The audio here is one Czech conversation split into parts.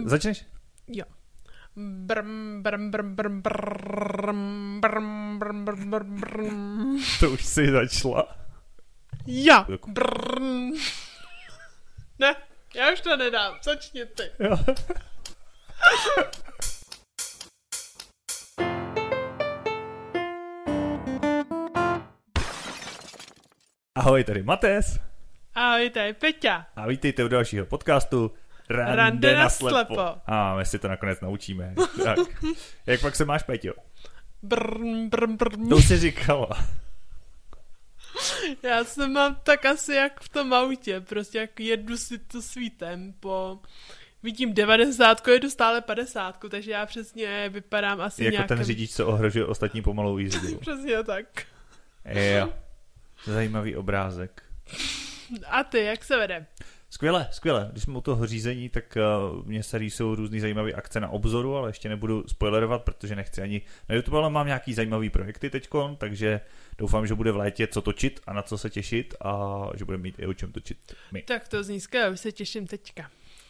Začneš? Jo. Brm, brm, brm, brm, brm, brm, brm, brm, brm, brm. To už jsi začala. Jo. Brm. Ne, já už to nedám. Začni ty. Jo. Ahoj, tady Mates. Ahoj, tady Peťa. A vítejte u dalšího podcastu Rande na slepo. A my si to nakonec naučíme. Tak. Jak pak se máš, Peťo? Brm, brm, brm. To už jsi říkala. Já se mám tak asi jak v tom autě, prostě jak jedu si to svý tempo. Vidím 90, jedu stále 50, takže já přesně vypadám asi jako nějakým... ten řidič, co ohrožuje ostatní pomalou jízdu. Přesně tak. Jo. Zajímavý obrázek. A ty, jak se vede? Skvěle, skvěle. Když jsme u toho řízení, tak mě se rýsou různý zajímavé akce na obzoru, ale ještě nebudu spoilerovat, protože nechci ani na YouTube, ale mám nějaký zajímavý projekty teďkon, takže doufám, že bude v létě co točit a na co se těšit a že budeme mít i o čem točit my. Tak to zní skvěle, už se těším teďka.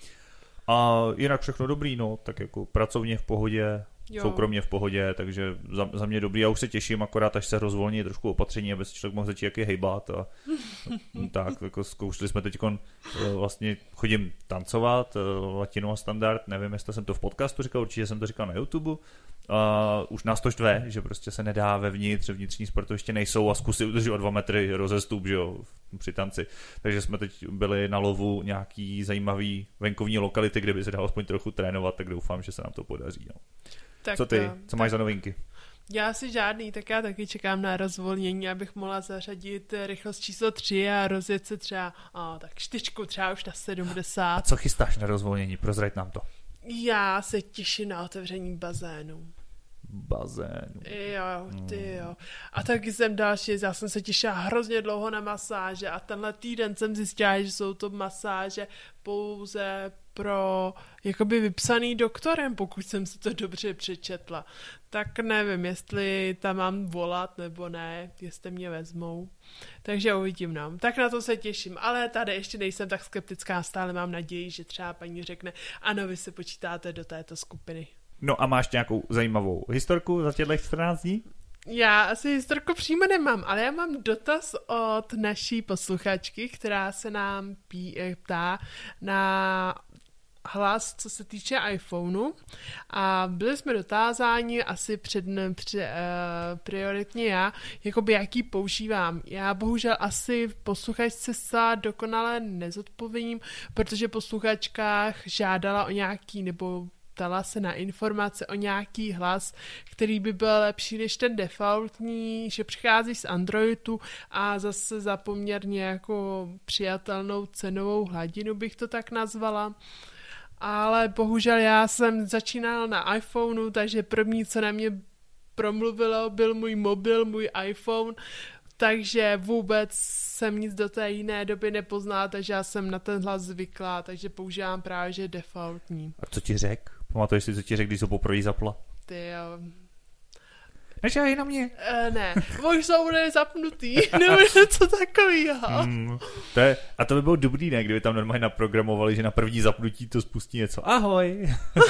A jinak všechno dobrý, no, tak jako pracovně v pohodě, Jo. soukromně v pohodě, takže za mě dobrý. Já už se těším, akorát až se rozvolní trošku opatření, aby se člověk mohl začít jaký hejbat a tak, jako zkoušeli jsme teďkon, vlastně chodím tancovat, latinu a standard, nevím, jestli jsem to v podcastu říkal, určitě jsem to říkal na YouTube. Už nás to štve, že prostě se nedá vnitřní sportoviště nejsou a zkusí udržovat 2 metry rozestup, že jo, při tanci. Takže jsme teď byli na lovu nějaký zajímavý venkovní lokality, kde by se dalo aspoň trochu trénovat, tak doufám, že se nám to podaří. No. Tak, Co ty? Co máš za novinky? Já si žádný, tak já taky čekám na rozvolnění, abych mohla zařadit rychlost číslo 3 a rozjet se třeba tak 4, třeba už na 70. A co chystáš na rozvolnění? Prozrať nám to. Já se těším na otevření bazénu. Bazénu. Jo, ty jo. A taky jsem další, já jsem se těšila hrozně dlouho na masáže a tenhle týden jsem zjistila, že jsou to masáže pouze pro jakoby vypsaný doktorem, pokud jsem si to dobře přečetla. Tak nevím, jestli tam mám volat nebo ne, jestli mě vezmou. Takže uvidím, no. Tak na to se těším, ale tady ještě nejsem tak skeptická, stále mám naději, že třeba paní řekne, ano, vy se počítáte do této skupiny. No a máš nějakou zajímavou historku za těchto 14 dní? Já asi historku přímo nemám, ale já mám dotaz od naší posluchačky, která se nám ptá na hlas, co se týče iPhoneu. A byli jsme dotázáni asi prioritně já, jakoby jaký používám. Já bohužel asi posluchačce zcela dokonale nezodpovím, protože posluchačkách žádala o nějaký, nebo ptala se na informace o nějaký hlas, který by byl lepší než ten defaultní, že přichází z Androidu a zase za poměrně jako přijatelnou cenovou hladinu bych to tak nazvala. Ale bohužel já jsem začínala na iPhoneu, takže první, co na mě promluvilo, byl můj mobil, můj iPhone, takže vůbec jsem nic do té jiné doby nepoznala, takže já jsem na ten hlas zvyklá, takže používám právě, že defaultní. A co ti řek? Pamatuješ si, co ti řek, když se poprvé zapla? Ty jo. Nešají na mě. Ne, možná bude zapnutý, nebo něco takového. A to by bylo dobrý, ne? Kdyby tam normálně naprogramovali, že na první zapnutí to spustí něco. Ahoj.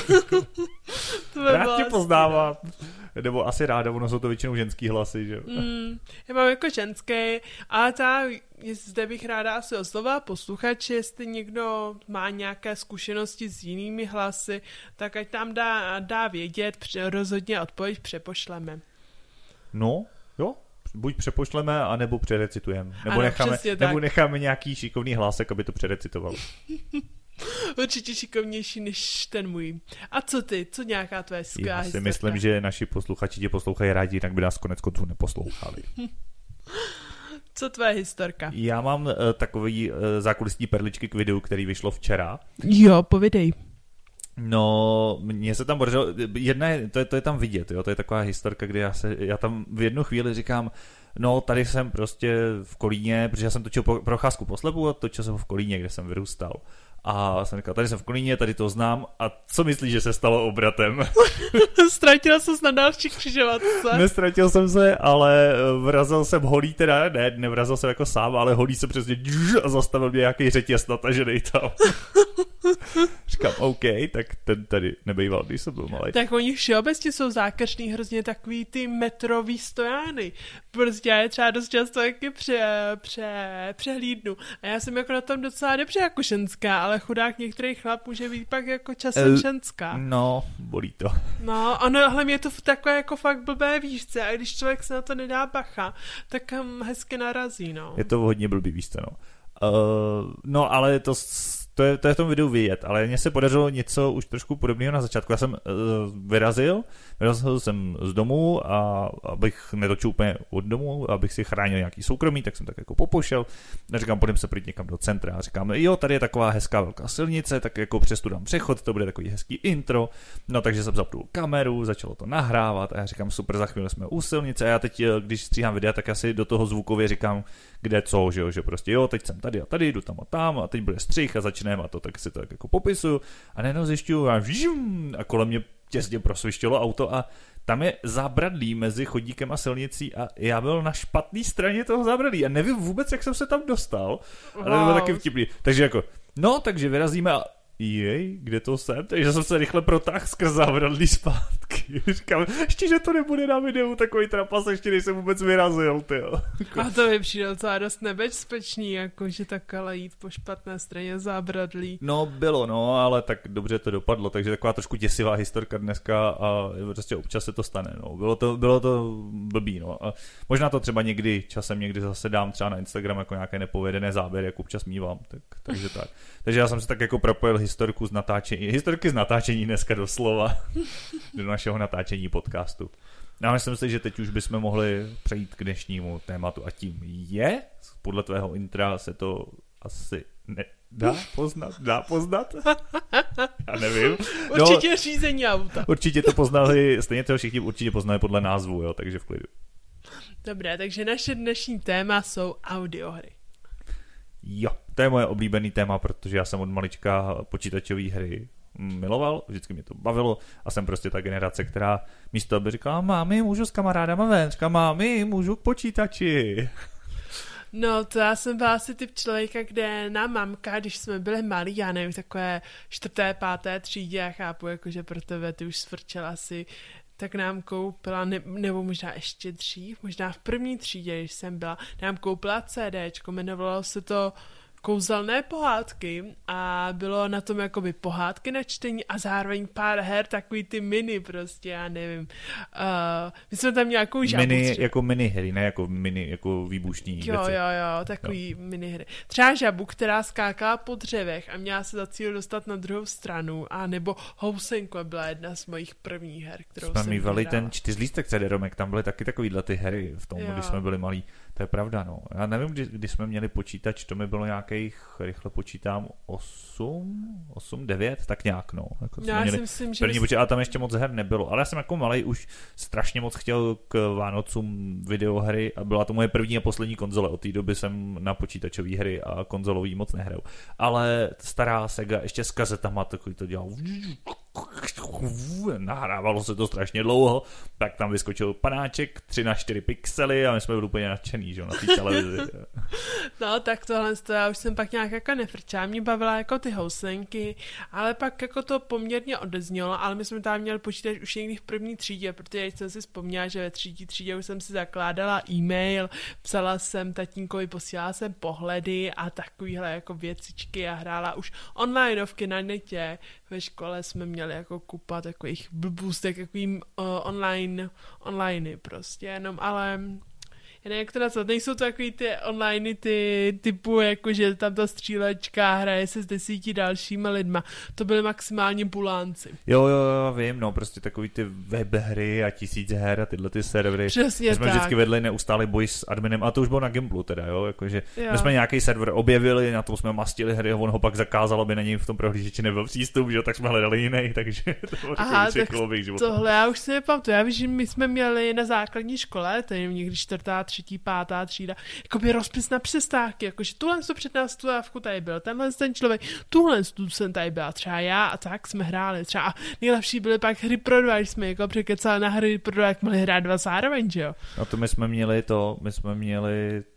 Rád tě poznávám. Nebo asi ráda, ono jsou to většinou ženský hlasy, že jo? Já mám jako ženské, ale zde bych ráda asi oslovila posluchače, jestli někdo má nějaké zkušenosti s jinými hlasy, tak ať tam dá vědět, rozhodně odpověď přepošleme. No, jo, buď přepošleme, anebo přerecitujeme. Nebo necháme nějaký šikovný hlásek, aby to přerecitoval. Určitě šikovnější než ten můj. A co ty? Co nějaká tvoje skvělá historka? Já si myslím, že naši posluchači tě poslouchají rádi, jinak by nás konec konců neposlouchali. Co tvoje historka? Já mám takový zákulisní perličky k videu, který vyšlo včera. Jo, povidej. No, mně se tam podařilo, to je tam vidět, jo, to je taková historka, kdy já tam v jednu chvíli říkám, no tady jsem prostě v Kolíně, protože já jsem točil procházku po Slepu a točil jsem v Kolíně, kde jsem vyrůstal. A jsem říkal, tady jsem v Kolíně, tady to znám. A co myslíš, že se stalo obratem? Ztratil ses na další křižovatce. Nestratil jsem se, ale vrazil jsem holí, teda nevrazil jsem jako sám, ale holí se přesně a zastavil mě nějaký řetěz natažený tam. Říkám, OK, tak ten tady nebejval, když jsem byl malý. Tak oni všeobecně jsou zákeřný hrozně takový ty metrový stojány. Prostě já je třeba dost často taky přehlídnu. A já jsem jako na tom docela dobře jako ženská, ale chudák některý chlap může být pak jako časem ženská. No, bolí to. No, ono, ale mě to takové jako fakt blbé výšce a když člověk se na to nedá bacha, tak hezky narazí, no. Je to hodně blbý výšce, no. No, ale to je v tom videu vidět, ale mně se podařilo něco už trošku podobného na začátku. Já jsem vyrazil jsem z domu a abych netočil úplně od domu, abych si chránil nějaký soukromí, tak jsem tak jako popošel. Říkám, půjdeme se projít někam do centra. A říkám, jo, tady je taková hezká velká silnice, tak jako přes tu dám přechod, to bude takový hezký intro. No, takže jsem zapnul kameru, začalo to nahrávat a já říkám, super, za chvíli jsme u silnice a já teď, když stříhám videa, tak já si do toho zvukově říkám, kde co, že prostě jo, teď jsem tady a tady, jdu tam a tam a teď bude střih a začneme a to tak si to tak jako popisuju a najednou zjišťuju a kolem mě těsně prosvištělo auto a tam je zábradlí mezi chodníkem a silnicí a já byl na špatné straně toho zábradlí a nevím vůbec, jak jsem se tam dostal, ale to bylo taky vtipný. Takže jako, no, takže vyrazíme a jej, kde to jsem? Takže jsem se rychle protáhl skrz zábradlí zpátky. Říkám, ještě, že to nebude na videu takový trapas, ještě než jsem vůbec vyrazil, tyjo. A to mi přijde docela dost nebezpečný, jako že takhle jít po špatné straně zábradlí. No, bylo, no, ale tak dobře to dopadlo, takže taková trošku děsivá historka dneska a prostě občas se to stane, no. Bylo to blbý, no. A možná to třeba někdy zase dám třeba na Instagram jako nějaké nepovedené záběry, jak občas mívám, takže tak. Takže já jsem se tak jako propojil historky z natáčení dneska doslova do našeho natáčení podcastu. No a myslím si, že teď už bychom mohli přejít k dnešnímu tématu a tím je, podle tvého intra se to asi dá poznat? Já nevím. Určitě řízení auta. Určitě to poznali, stejně toho všichni určitě poznali podle názvu, jo, takže v klidu. Dobré, takže naše dnešní téma jsou audiohry. Jo, to je moje oblíbený téma, protože já jsem od malička počítačové hry miloval, vždycky mě to bavilo a jsem prostě ta generace, která místo aby říkala, mámi, můžu s kamarádama ven, říkala, mámi, můžu k počítači. No, to já jsem byla asi typ člověka, kde nám mamka, když jsme byli malí, já nevím, takové 4., 5. třídě, já chápu, jakože pro tebe ty už svrčela asi, tak nám koupila, nebo možná ještě dřív, možná v 1. třídě, když jsem byla, nám koupila CDčko, jmenovalo se to Kouzelné pohádky a bylo na tom jakoby pohádky na čtení a zároveň pár her, takový ty mini prostě, já nevím. My jsme tam nějakou žabu. Mini jako minihry, ne jako mini, jako výbušní věci. Jo, takový minihry. Třeba žabu, která skákala po dřevech a měla se za cíl dostat na druhou stranu, a nebo housenko byla jedna z mojich prvních her, kterou jsem mývali ten 4lístek CD-romek, tam byly taky takovýhle ty hry v tom, když jsme byli malí. To je pravda, no. Já nevím, kdy jsme měli počítač, to mi bylo nějakých, rychle počítám, 8, 9, tak nějak, no. Jako já si myslím, že... První počítač, ale tam ještě moc her nebylo. Ale já jsem jako malej už strašně moc chtěl k Vánocům videohry a byla to moje první a poslední konzole. Od té doby jsem na počítačové hry a konzolový moc nehraju. Ale stará Sega ještě s kazetama takový to dělal. Nahrávalo se to strašně dlouho, tak tam vyskočil panáček 3x4 pixely a my jsme byli úplně nadšený, že, na té televizi. No, tak tohle já už jsem pak nějak jako nefrčala, mě bavila jako ty housenky, ale pak jako to poměrně odeznělo, ale my jsme tam měli počítač už někdy v 1. třídě, protože jsem si vzpomněla, že ve 3. třídě už jsem si zakládala e-mail, psala jsem tatínkovi, posílala jsem pohledy a takovýhle jako věcičky a hrála už onlineovky na netě. Ve škole jsme měli jako kupa takových blbůstek, takovým online prostě, jenom, ale jak to nazvat, nejsou to takový ty online ty typu, jakože tam ta střílečka hraje se s 10 dalšíma lidma. To byly maximálně bulánci. Jo, vím, no, prostě takový ty web hry a 1000 her a tyhle ty servery. Přesně my jsme tak. vždycky vedli neustálý boj s adminem, a to už bylo na Gimplu teda, jo, jakože my jsme nějaký server objevili, na tom jsme mastili hry a on ho pak zakázal, aby na něj v tom prohlížeči nebyl přístup, že jo, tak jsme hledali jiný, takže to bylo takový kolových životů. Tohle já už si nepamatuju, já vím, že my jsme měli na základní škole, to je někdy 4., 3., 5. třída, jakoby rozpis na přestávky, jakože tuhle to před nás tu dávku tady byl, tenhle ten člověk, tuhle tu jsem tady byla, třeba já a tak jsme hráli, třeba nejlepší byly pak hry pro 2, když jsme jako překecali na hry pro 2, jak mohli hrát 2 zároveň, že jo? No to my jsme měli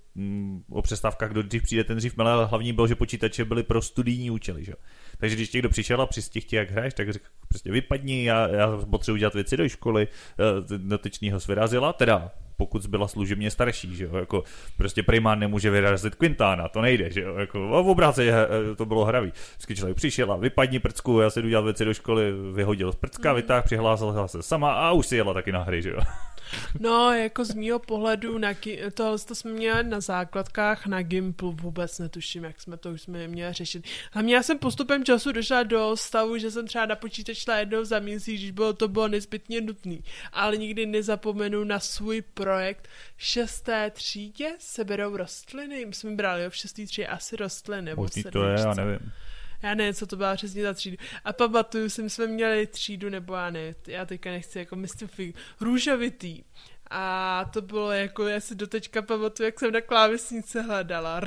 o přestávkách, kdo dřív přijde, ten dřív mele, ale hlavní bylo, že počítače byly pro studijní účely, že? Takže když někdo přišel a přistihl tě, jak hraješ, tak řekl, prostě vypadni, já potřebuji dělat věci do školy, dotyčný ho vyrazila, teda pokud byla služebně starší, že jo, jako prostě primán nemůže vyrazit Quintána, to nejde, že jo, jako v obráceně to bylo hravý. Vždycky člověk přišel a vypadni prcku, já se jdu dělat věci do školy, vyhodil z prcka, vytáhl, přihlásila se sama a už si jela taky na hry, že jo. No, jako z mýho pohledu, tohle jsme měli na základkách, na Gimplu vůbec netuším, jak jsme to už jsme měli řešit. Hlavně já jsem postupem času došla do stavu, že jsem třeba na počítač šla jednou za měsíc, když to bylo nezbytně nutný. Ale nikdy nezapomenu na svůj projekt v 6. třídě se berou rostliny. My jsme brali v 6. třídě asi rostliny. Možný to je, já nevím. Já nevím, co to byla přesně za třídu. A pamatuju si, my jsme měli třídu, nebo já teďka nechci jako mystifik, růžovitý. A to bylo jako, já si doteďka pamatuju, jak jsem na klávesnici hledala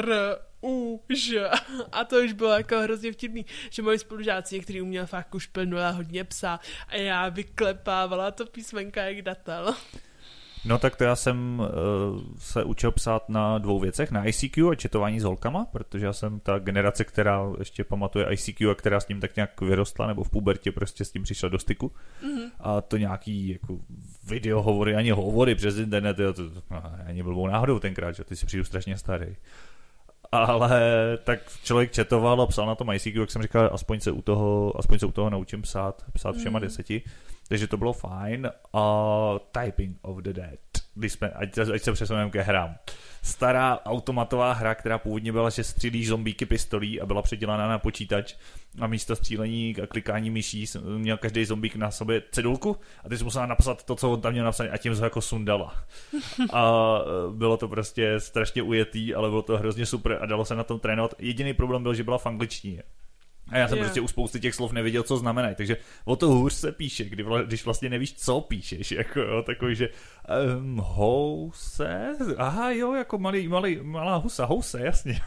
Ž. A to už bylo jako hrozně vtipný, že moji spolužáci některý uměl fakt už plnula hodně psa a já vyklepávala to písmenka jak datel. No tak to já jsem se učil psát na 2 věcech, na ICQ a četování s holkama, protože já jsem ta generace, která ještě pamatuje ICQ a která s ním tak nějak vyrostla, nebo v pubertě prostě s tím přišla do styku. Mm-hmm. A to nějaký jako videohovory, ani hovory přes internet, to ani blbou náhodou tenkrát, že ty si přijdu strašně starý. Ale tak člověk četoval a psal na tom ICQ, jak jsem říkal, aspoň se u toho naučím psát všema 10. Takže to bylo fajn. A Typing of the Dead. Ať se přesuneme ke hrám. Stará automatová hra, která původně byla, že střílíš zombíky pistolí a byla předělaná na počítač a místo střílení a klikání myší měl každý zombík na sobě cedulku a ty jsi musela napsat to, co on tam měl napsat a tím se jako sundala. A bylo to prostě strašně ujetý, ale bylo to hrozně super a dalo se na tom trénovat. Jediný problém byl, že byla v angličtině. A já jsem prostě u spousty těch slov nevěděl, co znamenají, takže o to hůř se píše, když vlastně nevíš, co píšeš, jako jo, takový, že house, aha jo, jako malá husa, house, jasně.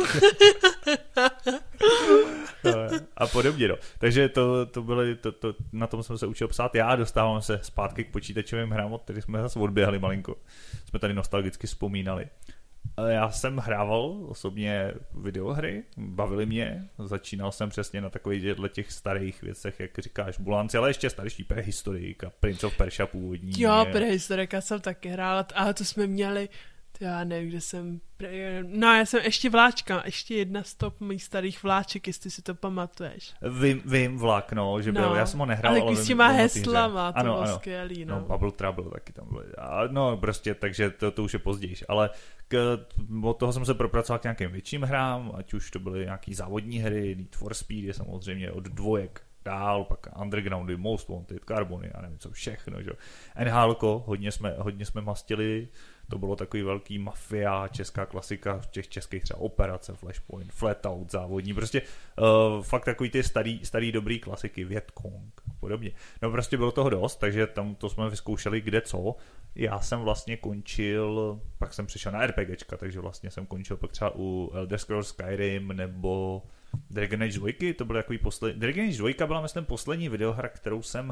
A podobně, no. Takže to na tom jsem se učil psát, já dostávám se zpátky k počítačovým hrám, od kterých jsme zase odběhli malinko. Jsme tady nostalgicky vzpomínali. Já jsem hrával osobně videohry, bavily mě, začínal jsem přesně na takových těch starých věcech, jak říkáš, Bulanci, ale ještě starší Prehistorik a Prince of Persia původní. Jo, Prehistorika jsem taky hrála, ale to jsme měli, já nevím, kde jsem, no já jsem ještě vláčka, ještě jedna z top mých starých vláček, jestli si to pamatuješ. Vím vlak, no, že byl, já jsem ho nehrál, ale s těma heslama, to bylo skvělý, no. Bubble Trouble taky tam byl, no prostě, takže to už je později, ale od toho jsem se propracoval k nějakým větším hrám, ať už to byly nějaký závodní hry, Need for Speed je samozřejmě od 2 dál, pak Undergroundy, Most Wanted, Carbony, já nevím co všechno, že? NHLko, hodně jsme mastili, to bylo takový velký mafia, česká klasika, těch českých třeba Operace, Flashpoint, Flatout, závodní, prostě fakt takový ty starý dobrý klasiky, Vietcong a podobně. No prostě bylo toho dost, takže tam to jsme vyzkoušeli kde co. Já jsem vlastně končil, pak jsem přišel na RPGčka, takže vlastně jsem končil pak třeba u Elder Scrolls Skyrim nebo Dragon Age 2, to byl takový poslední. Dragon Age 2 byla myslím poslední videohra, kterou jsem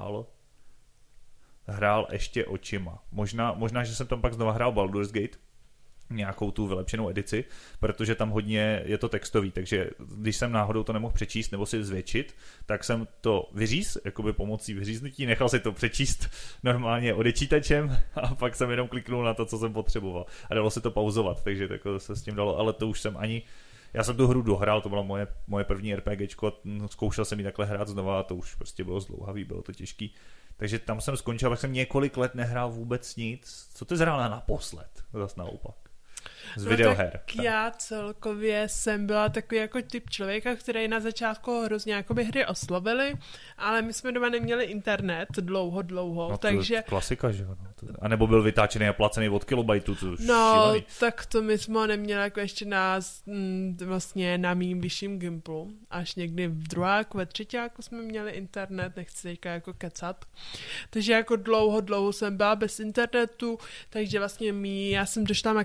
hrál ještě očima. Možná, že jsem tam pak znova hrál Baldur's Gate, nějakou tu vylepšenou edici, protože tam hodně je to textový, takže když jsem náhodou to nemohl přečíst nebo si zvětšit, tak jsem to vyříz, jakoby pomocí vyříznutí, nechal si to přečíst normálně odečítačem a pak jsem jenom kliknul na to, co jsem potřeboval. A dalo se to pauzovat, takže to se s tím dalo, ale to už jsem já jsem tu hru dohrál, to bylo moje první RPGčko, zkoušel jsem ji takhle hrát znova a to už prostě bylo zdlouhavý, bylo to těžký. Takže tam jsem skončil, pak jsem několik let nehrál vůbec nic. Co ty zhrála naposled? Zas naopak. Z videoher. Tak já celkově jsem byla takový jako typ člověka, který na začátku hrozně jakoby hry oslovili, ale my jsme doma neměli internet dlouho, no takže... To je klasika, že jo? A nebo byl vytáčený a placený od kilobajtu, to už šílený. Tak to my jsme ho neměli jako ještě vlastně na mým vyšším Gimplu. Až někdy v druháku, ve třetíku jsme měli internet, nechci teďka jako kecat. Takže jako dlouho jsem byla bez internetu, takže vlastně já jsem došla maximálně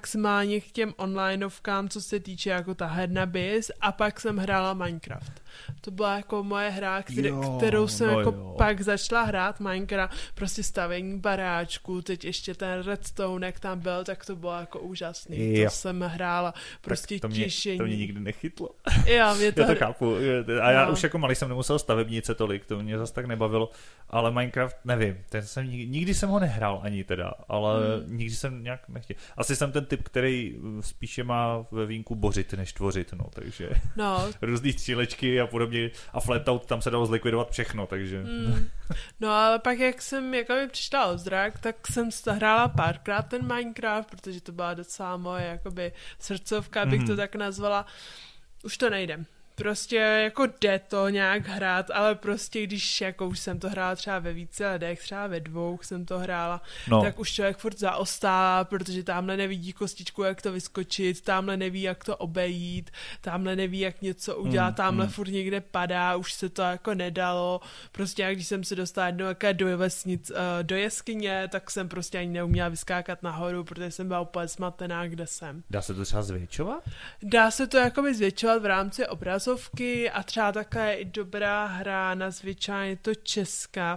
hlavně k těm onlineovkám, co se týče jako ta herna biz, a pak jsem hrála Minecraft. To byla jako moje hra, kterou jsem pak začala hrát Minecraft, prostě stavění baráčku, teď ještě ten Redstone, jak tam byl, tak to bylo jako úžasný. Jo. To jsem hrála prostě těšení. To mě nikdy nechytlo. Jo, mě to... Já to chápu. A já už jako malý jsem nemusel stavebnice tolik, to mě zase tak nebavilo, ale Minecraft, nevím, nikdy jsem ho nehrál ani teda, ale nikdy jsem nějak nechtěl. Asi jsem ten typ, který spíše má ve vínku bořit, než tvořit, no, takže různý střílečky a podobně a Flatout, tam se dalo zlikvidovat všechno, takže... No ale pak, jak jsem jako mi přišla o zrak, tak jsem hrála párkrát ten Minecraft, protože to byla docela moje jakoby srdcovka, bych to tak nazvala. Už to nejde. Prostě jako jde to nějak hrát, ale prostě když jako už jsem to hrála třeba ve více lidech, třeba ve 2 jsem to hrála, tak už člověk furt zaostává, protože tamhle nevidí kostičku, jak to vyskočit, tamhle neví, jak to obejít, tamhle neví, jak něco udělat, tamhle furt někde padá, už se to jako nedalo. Prostě jak když jsem se dostala jednou do jeskyně, tak jsem prostě ani neuměla vyskákat nahoru, protože jsem byla úplně zmatená, kde jsem. Dá se to třeba zvětšovat? Dá se to jakoby zvětšovat v rámci obrazovky a třeba také i dobrá hra, nazvětšená to česká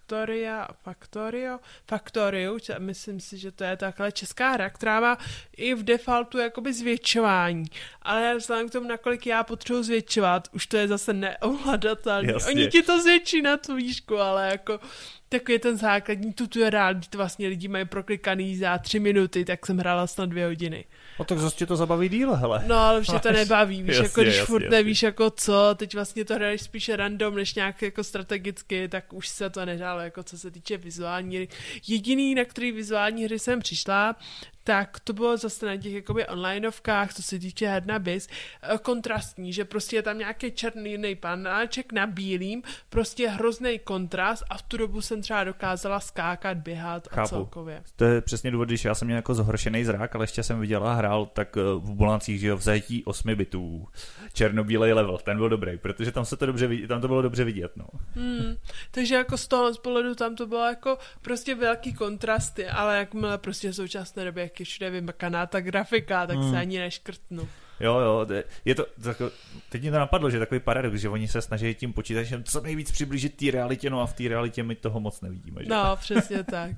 Factorio, myslím si, že to je takhle česká hra, která má i v defaultu jakoby zvětšování, ale vzhledem k tomu, nakolik já potřebuji zvětšovat, už to je zase neovladatelné. Oni ti to zvětší na tu výšku, ale jako takový ten základní tutoriál, kdy to vlastně lidi mají proklikaný za 3 minuty, tak jsem hrála snad 2 hodiny. No tak zase tě to zabaví díl, hele. No ale už tě to nebaví, víš, jako když furt nevíš jako co, teď vlastně to hraješ spíše random, než nějak jako strategicky, tak už se to nehrálo, jako co se týče vizuální hry. Jediný, na který vizuální hry jsem přišla, tak to bylo zase na těch jakoby onlineovkách, co se týče herna biz, kontrastní, že prostě je tam nějaký černý panáček na bílým, prostě hrozný kontrast a v tu dobu jsem třeba dokázala skákat, běhat a celkově. To je přesně důvod, když já jsem měl jako zhoršený zrak, ale ještě jsem viděl a hrál tak v Bolancích, že jo, v zajetí 8 bitů, černobílej level, ten byl dobrý, protože tam se to dobře tam to bylo dobře vidět, no. Takže jako z toho pohledu tam to bylo jako prostě velký kontrasty, ale jakmile prostě v současné době, jak je všude vymakaná ta grafika, tak se ani neškrtnu. Jo, je to, teď mě to napadlo, že je takový paradox, že oni se snaží tím počítačem co nejvíc přiblížit té realitě, no a v té realitě my toho moc nevidíme, že? No, přesně tak.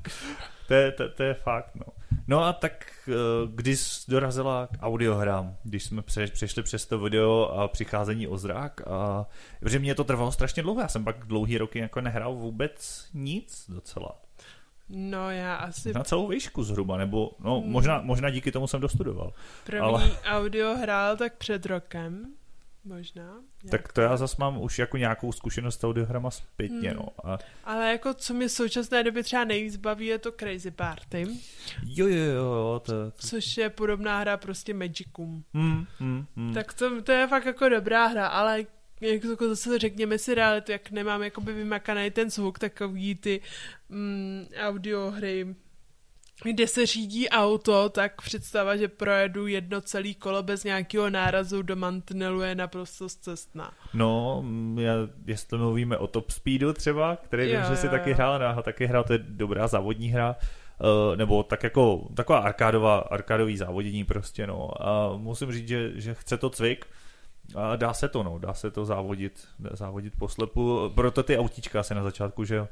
To je fakt, no. No a tak, když dorazila k audiohrám, když jsme přešli přes to video a přicházení o zrak, a protože mě to trvalo strašně dlouho, já jsem pak dlouhý roky jako nehrál vůbec nic docela. No já asi... Na celou výšku zhruba, nebo no, možná díky tomu jsem dostudoval. První audio hrál tak před rokem, možná. Tak to já zase mám už jako nějakou zkušenost s audiohrama zpětně, no. Ale jako co mě v současné době třeba nejvíc baví, je to Crazy Party. Jo. Což je podobná hra prostě Magicum. Tak to je fakt jako dobrá hra, ale jako zase řekněme si realitu, jak nemám jakoby vymakaný ten zvuk, takový ty audiohry, kde se řídí auto, tak představa, že projedu jedno celé kolo bez nějakého nárazu do mantinelu je naprosto scestná. No, jestli mluvíme o Top Speedu třeba, který vím, že si taky hrál, to je dobrá závodní hra, nebo tak jako taková arkádový závodění prostě, no. A musím říct, že chce to cvik, a dá se to závodit poslepu, proto ty autíčka asi na začátku, že jo?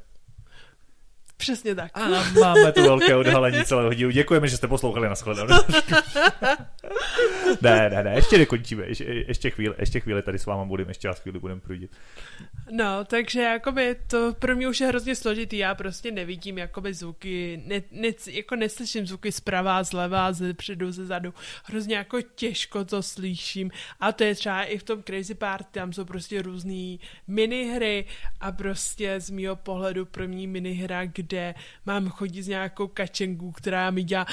Přesně tak. A máme tu velké odhalení celého dílu. Děkujeme, že jste poslouchali, nashledanou. Ne, ještě nekončíme. Ještě chvíli tady s váma budeme, ještě vás chvíli budeme průjít. No, takže jakoby to pro mě už je hrozně složitý. Já prostě nevidím jakoby zvuky, jako neslyším zvuky zprava, zleva, ze předu, ze zadu. Hrozně jako těžko to slyším. A to je třeba i v tom Crazy Party, tam jsou prostě různý minihry a prostě z mýho pohledu první minihra, kde mám chodit s nějakou kačenkou, která mi dělá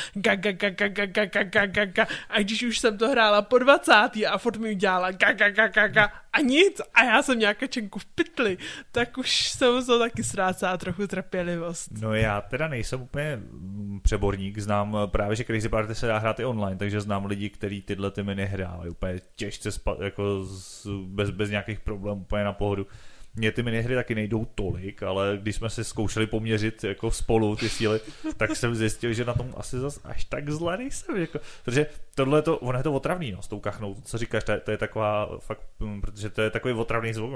ga. A když už jsem to hrála po 20. a furt mi dělala ga a nic a já jsem nějaká kačenku v pytli, tak už jsem to taky ztrácela trochu trpělivost. No já teda nejsem úplně přeborník, znám právě, že Crazy Party se dá hrát i online, takže znám lidi, kteří tyhle ty mini hráli úplně těžce jako bez nějakých problémů, úplně na pohodu. Mně ty minihry taky nejdou tolik, ale když jsme si zkoušeli poměřit jako spolu ty síly, tak jsem zjistil, že na tom asi zas až tak zle nejsem. Jako, protože ono je to otravný, no, s tou kachnou, co říkáš, to je taková fakt, protože to je takový otravný zvuk,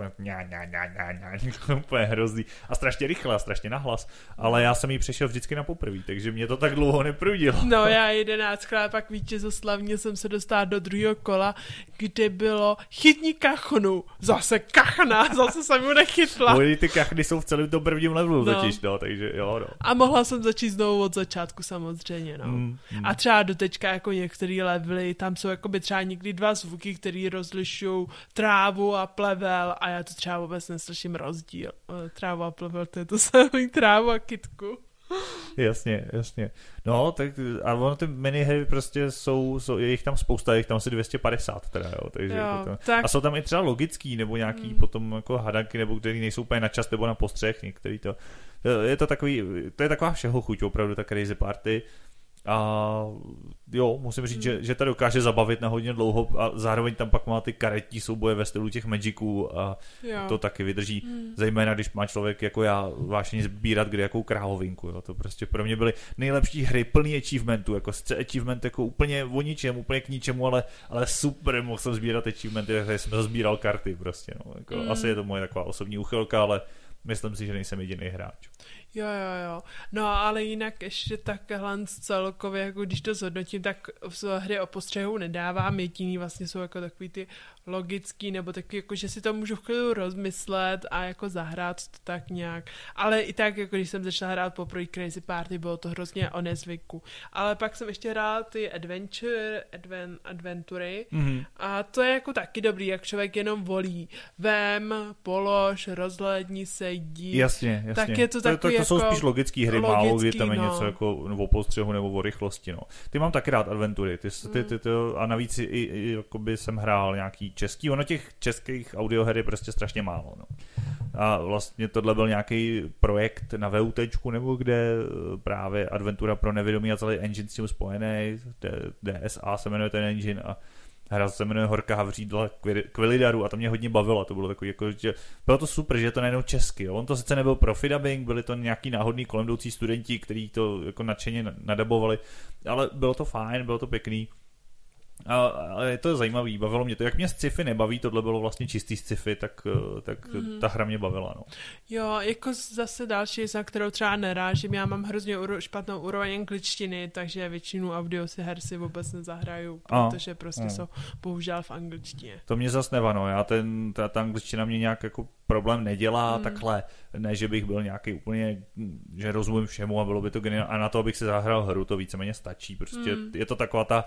úplně hrozný a strašně rychle, a strašně nahlas, ale já jsem jí přešel vždycky na poprví, takže mě to tak dlouho neprudilo. No já 11krát pak vítězoslavně jsem se dostala do druhého kola, kde bylo chytni kachnu, zase kachna, zase jsem ju nechytla. Ty kachny jsou v celém tom prvním levelu totiž, no, takže jo, no. A mohla jsem začít znovu od začátku samozřejmě, no. A třeba do teďka jako některý levely, tam jsou jakoby třeba někdy 2 zvuky, který rozlišují trávu a plevel a já to třeba vůbec neslyším rozdíl. Trávu a plevel, to je to samý, trávu a kytku. Jasně. No, tak a ono ty minihry prostě jsou, je jich tam spousta, je jich tam asi 250 teda, jo, takže jo, tak... A jsou tam i třeba logický, nebo nějaký potom jako hadanky, nebo který nejsou úplně na čas, nebo na postřeh, některý to, to je taková všeho chuť, opravdu ta Crazy Party. A jo, musím říct, že to dokáže zabavit na hodně dlouho a zároveň tam pak má ty karetní souboje ve stylu těch Magiců a to taky vydrží, zejména když má člověk jako já vášeň sbírat kde jakou kráhovinku, jo. To prostě pro mě byly nejlepší hry plný achievementů, jako achievement jako úplně o ničem, úplně k ničemu, ale super, mohl jsem sbírat achievementy, takže jsem sbíral karty prostě, no. Jako, asi je to moje taková osobní úchylka, ale myslím si, že nejsem jediný hráč. Jo. No ale jinak ještě takhle celkově, jako když to zhodnotím, tak v hry o postřehu nedávám. Jediný vlastně jsou jako takový ty logický, nebo taky jako, že si to můžu v chvíli rozmyslet a jako zahrát to tak nějak. Ale i tak, jako když jsem začala hrát poprvé Crazy Party, bylo to hrozně o nezvyku. Ale pak jsem ještě hrála ty adventury a to je jako taky dobrý, jak člověk jenom volí. Vem, polož, rozhlédni se, jdi. Jasně. Tak je to takový to jsou spíš logický hry, málo kdy tam je no. něco jako o postřehu nebo o rychlosti, no. Ty mám taky rád adventury, a navíc i jakoby jsem hrál nějaký český, ono těch českých audioher je prostě strašně málo, no. A vlastně tohle byl nějaký projekt na VUTčku, nebo kde právě adventura pro nevědomí a celý engine s tím spojený, DSA se jmenuje ten engine a hra se jmenuje Horká havřídla Quilidaru a to mě hodně bavilo, to bylo takový jako, že bylo to super, že je to najednou česky, jo. On to sice nebyl profi dubbing, byli to nějaký náhodný kolemjdoucí studenti, kteří to jako nadšeně nadabovali, ale bylo to fajn, bylo to pěkný. A je to zajímavý, bavilo mě to. Jak mě sci-fi nebaví, tohle bylo vlastně čistý sci-fi, tak ta hra mě bavila, no. Jo, jako zase další, za kterou třeba nerážím, já mám hrozně špatnou úroveň angličtiny, takže většinu audio si her si vůbec nezahraju, protože prostě jsou bohužel v angličtině. To mě zase nevano, ta angličtina mě nějak jako problém nedělá, takhle, ne, že bych byl nějaký úplně, že rozumím všemu a bylo by to geniální, a na to, abych si zahrál hru, to víceméně stačí, prostě je to taková ta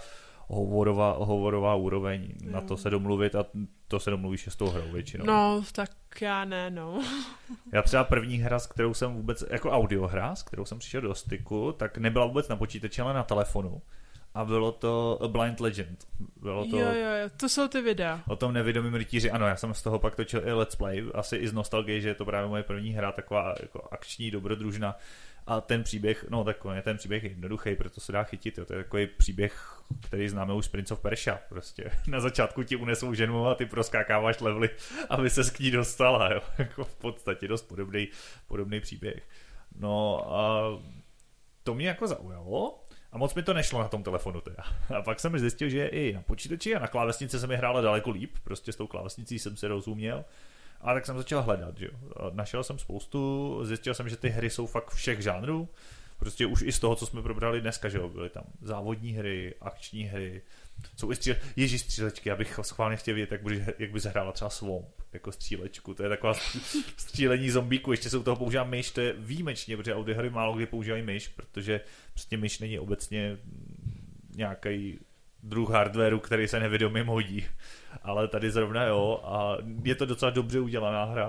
hovorová úroveň, na to se domluvit a to se domluvíš s tou hrou většinou. No, tak já ne, no. Já třeba první hra, s kterou jsem vůbec, jako audiohra, s kterou jsem přišel do styku, tak nebyla vůbec na počítači, ale na telefonu. A bylo to A Blind Legend. Bylo to, jo, to jsou ty videa. O tom nevědomým rytíři. Ano, já jsem z toho pak točil i let's play, asi i z nostalgie, že je to právě moje první hra, taková jako akční, dobrodružná. A ten příběh, no takový, ten příběh je jednoduchý, proto se dá chytit. Jo. To je takový příběh, který známe už z Prince of Persia. Prostě na začátku ti unesou ženu a ty proskákáváš levely, aby ses k ní dostala. Jo. Jako v podstatě dost podobný příběh. No a to mě jako zaujalo. A moc mi to nešlo na tom telefonu teda. A pak jsem zjistil, že i na počítači a na klávesnici se mi hrála daleko líp. Prostě s tou klávesnicí jsem se rozuměl. A tak jsem začal hledat, že jo. A našel jsem spoustu, zjistil jsem, že ty hry jsou fakt všech žánrů. Prostě už i z toho, co jsme probrali dneska, že jo. Byly tam závodní hry, akční hry, jsou i střílečky. Já bych schválně chtěl vědět, jak by zahrála třeba Swamp, jako střílečku. To je taková střílení zombíku, ještě se u toho používá myš, to je výjimečně, protože audiohry málo kdy používají myš, protože prostě myš není obecně nějaký druh hardwareu, který se nevědomým hodí. Ale tady zrovna jo, a je to docela dobře udělaná hra.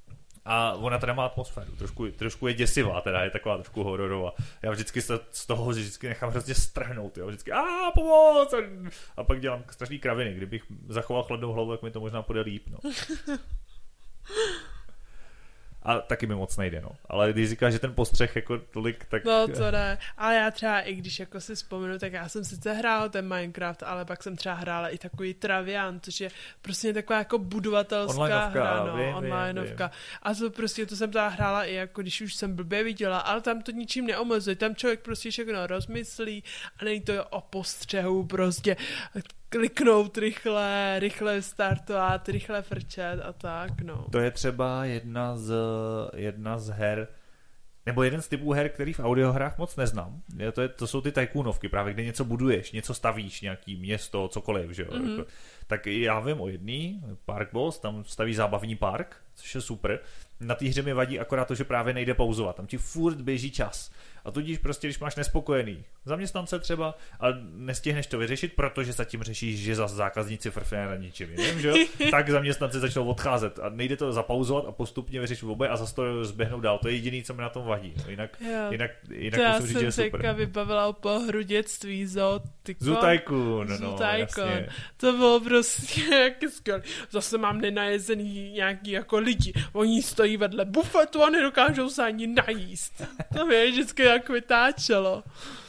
A ona teda má atmosféru, trošku je děsivá, teda je taková trošku hororová. Já vždycky se z toho vždycky nechám hrozně strhnout, jo, vždycky pomoc! A pak dělám strašný kraviny, kdybych zachoval chladnou hlavu, tak mi to možná půjde líp, no. A taky mi moc nejde, no. Ale když říkáš, že ten postřeh jako tolik, tak... No to ne, ale já třeba i když jako si vzpomenu, tak já jsem sice hrála ten Minecraft, ale pak jsem třeba hrála i takový Travian, což je prostě taková jako budovatelská hra, no, onlineovka. A to prostě, to jsem teda hrála i jako když už jsem blbě viděla, ale tam to ničím neomezuje, tam člověk prostě všechno rozmyslí a není to o postřehu, prostě kliknout rychle startovat, rychle frčet a tak, no. To je třeba jedna z her, nebo jeden z typů her, který v audiohrách moc neznám. To jsou ty tajkůnovky, právě kde něco buduješ, něco stavíš, nějaký město, cokoliv, že jo. Mm-hmm. Tak já vím o jedný, Park Boss, tam staví zábavní park, což je super. Na té hře mi vadí akorát to, že právě nejde pauzovat, tam ti furt běží čas. A tudíž prostě, když máš nespokojený zaměstnance třeba a nestihneš to vyřešit, protože zatím řešíš, že zase zákazníci frfne na ničím jiným, že jo? Tak zaměstnanci začnou odcházet a nejde to zapauzovat a postupně vyřešit obě a zase to zběhnout dál. To je jediný, co mi na tom vadí. No, jinak musím říct, že je super. Já jsem teďka vybavila po hru dětství Zoo Tycoon, no, jasně. To bylo prostě jaký skvělý. Zase mám nenajezený nějaký jako lidi. Oni stojí vedle bufetu a nedokážou se ani najíst. To mě vždycky jak vytáčelo.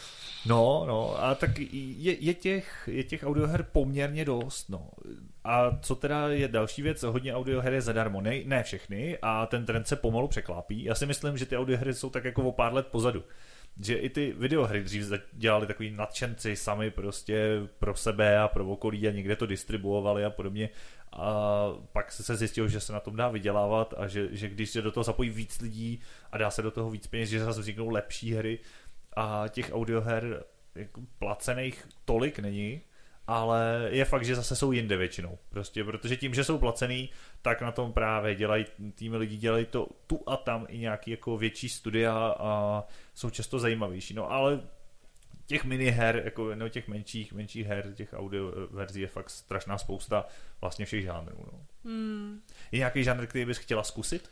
No, a tak je těch audioher poměrně dost, no. A co teda je další věc, hodně audioher je zadarmo, ne všechny a ten trend se pomalu překlápí. Já si myslím, že ty audiohry jsou tak jako o pár let pozadu. Že i ty videohry dřív dělali takový nadšenci sami prostě pro sebe a pro okolí a někde to distribuovali a podobně. A pak se zjistilo, že se na tom dá vydělávat a že když se do toho zapojí víc lidí a dá se do toho víc peněz, že zase vzniknou lepší hry a těch audioher jako placených tolik není, ale je fakt, že zase jsou jinde většinou. Prostě, protože tím, že jsou placený, tak na tom právě tými lidi dělají to tu a tam i nějaký jako větší studia a jsou často zajímavější. No ale těch miniher, jako no, těch menších her, těch audio verzí je fakt strašná spousta vlastně všech žánrů. No. Je nějaký žánr, který bys chtěla zkusit?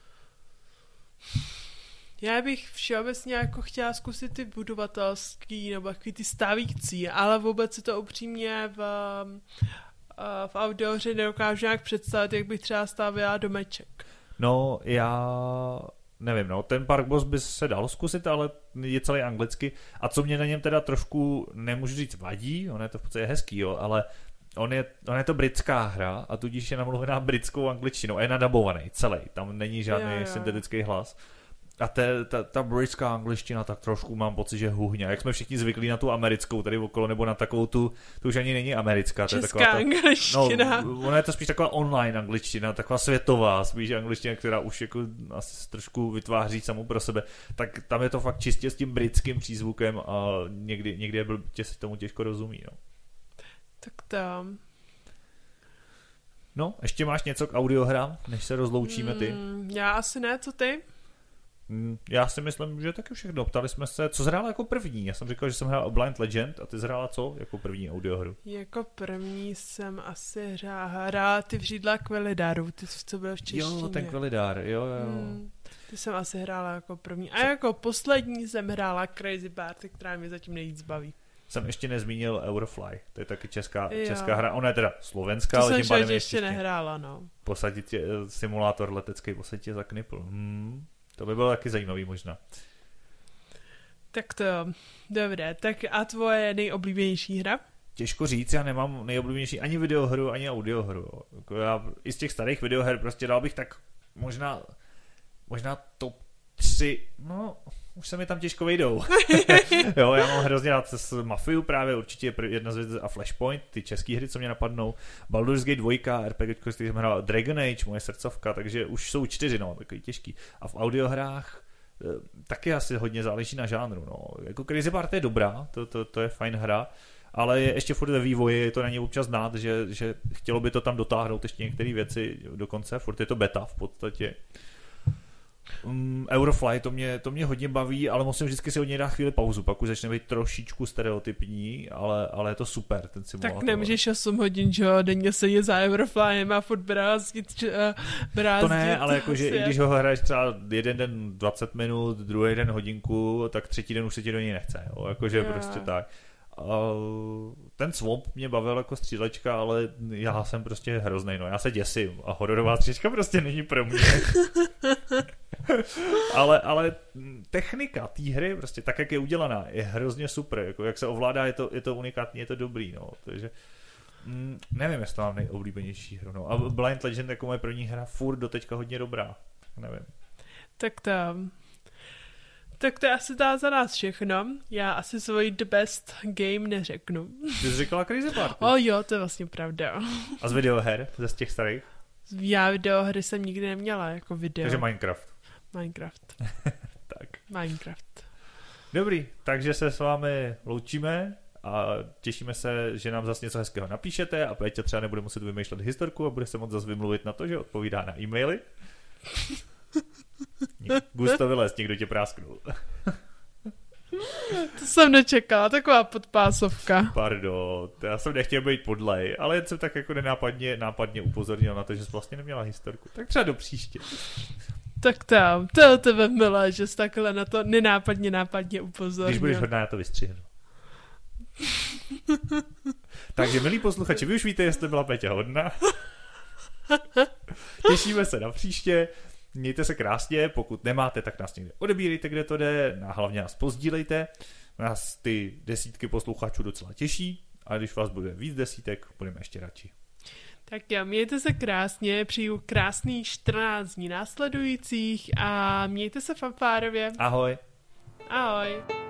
Já bych všeobecně jako chtěla zkusit ty budovatelský nebo ty stavící, ale vůbec si to upřímně v audiohře nedokážu nějak představit, jak bych třeba stavěla domeček. No, já nevím, no, ten Park Boss by se dalo zkusit, ale je celý anglicky. A co mě na něm teda trošku, nemůžu říct vadí, on je to v podstatě hezký, jo, ale on je to britská hra a tudíž je namluvená britskou angličtinou a je nadabovaný celý, tam není žádný syntetický hlas. A ta britská angličtina, tak trošku mám pocit, že huhně. Jak jsme všichni zvyklí na tu americkou tady okolo, nebo na takovou tu už ani není americká. To česká je angličtina. No, ona je to spíš taková online angličtina, taková světová, spíš angličtina, která už jako asi trošku vytváří samou pro sebe. Tak tam je to fakt čistě s tím britským přízvukem a někdy se tomu těžko rozumí. No. Tak tam. No, ještě máš něco k audiohrám, než se rozloučíme ty? Já asi ne, co ty? Já si myslím, že taky všechno. Ptali jsme se, co zhrála jako první. Já jsem říkal, že jsem hrál Blind Legend a ty zhrála co jako první audiohru? Jako první jsem asi hrála ty Vřídla Kvelidáru, ty co bylo v češtině. Jo, ten Kvelidár, jo. Ty jsem asi hrála jako první. A jako poslední jsem hrála Crazy Party, která mě zatím nejvíc baví. Jsem ještě nezmínil Eurofly, to je taky česká hra. Ona je teda slovenská, ale tím pádem ještě nehrála, no. Posadit simulátor letecký, posadit tě za knipl. To by bylo taky zajímavý možná. Tak to dobré. Tak a tvoje nejoblíbenější hra? Těžko říct, já nemám nejoblíbenější ani videohru, ani audiohru. Jako já i z těch starých videoher prostě dal bych tak možná top 3, no už se mi tam těžko vejdou. Jo, já mám hrozně rád s Mafiu právě, určitě jedna z věcí a Flashpoint, ty české hry, co mě napadnou. Baldur's Gate 2, RPG, který jsem hrál, Dragon Age, moje srdcovka, takže už jsou 4, no, takový těžký. A v audiohrách taky asi hodně záleží na žánru, no. Jako Crazy Party je dobrá, to je fajn hra, ale je ještě furt ve vývoji, je to na něj občas znát, že chtělo by to tam dotáhnout ještě některé věci do konce, furt je to beta v podstatě. Eurofly, to mě hodně baví, ale musím vždycky si od něj dát chvíli pauzu, pak už začne být trošičku stereotypní, ale je to super, ten simulátor. Tak nemůžeš 8 hodin, že jo, denně sedět za Euroflyem a furt brázdit. To ne, ale jakože i když ho hraješ třeba jeden den 20 minut, druhý den hodinku, tak třetí den už se ti do něj nechce, jo, jakože prostě tak. Ten Swamp mě bavil jako střílečka, ale já jsem prostě hroznej, no, já se děsím a hororová střílečka prostě není pro mě. ale technika té hry, prostě tak, jak je udělaná, je hrozně super. Jako, jak se ovládá, je to unikátní, je to dobrý. No. Takže nevím, jestli to mám nejoblíbenější hru. No. A Blind Legend jako moje první hra furt doteďka hodně dobrá. Nevím. Tak to je asi dá za nás všechno. Já asi svůj the best game neřeknu. Ty jsi říkala Crazy Party. Jo, to je vlastně pravda. A z videoher, z těch starých? Já videohry jsem nikdy neměla jako video. Takže Minecraft. Tak. Minecraft. Dobrý, takže se s vámi loučíme a těšíme se, že nám zase něco hezkého napíšete a Péťa třeba nebude muset vymýšlet historku a bude se moc zase vymluvit na to, že odpovídá na e-maily. Gusto vylez, někdo tě prásknul. To jsem nečekala, taková podpásovka. Pardon, já jsem nechtěl být podlej, ale jen jsem tak jako nápadně upozornil na to, že jsi vlastně neměla historku. Tak třeba do příště. Tak to je o tebe milé, že jsi takhle na to nápadně upozornil. Když budeš hodná, já to vystřihnu. Takže milí posluchači, vy už víte, jestli byla Peťa hodná. Těšíme se na příště. Mějte se krásně, pokud nemáte, tak nás někde odebírejte, kde to jde, a hlavně nás pozdílejte. Nás ty desítky posluchačů docela těší a když vás bude víc desítek, budeme ještě radši. Tak jo, mějte se krásně, přijdu krásný 14 dní následujících a mějte se fanfárově. Ahoj. Ahoj.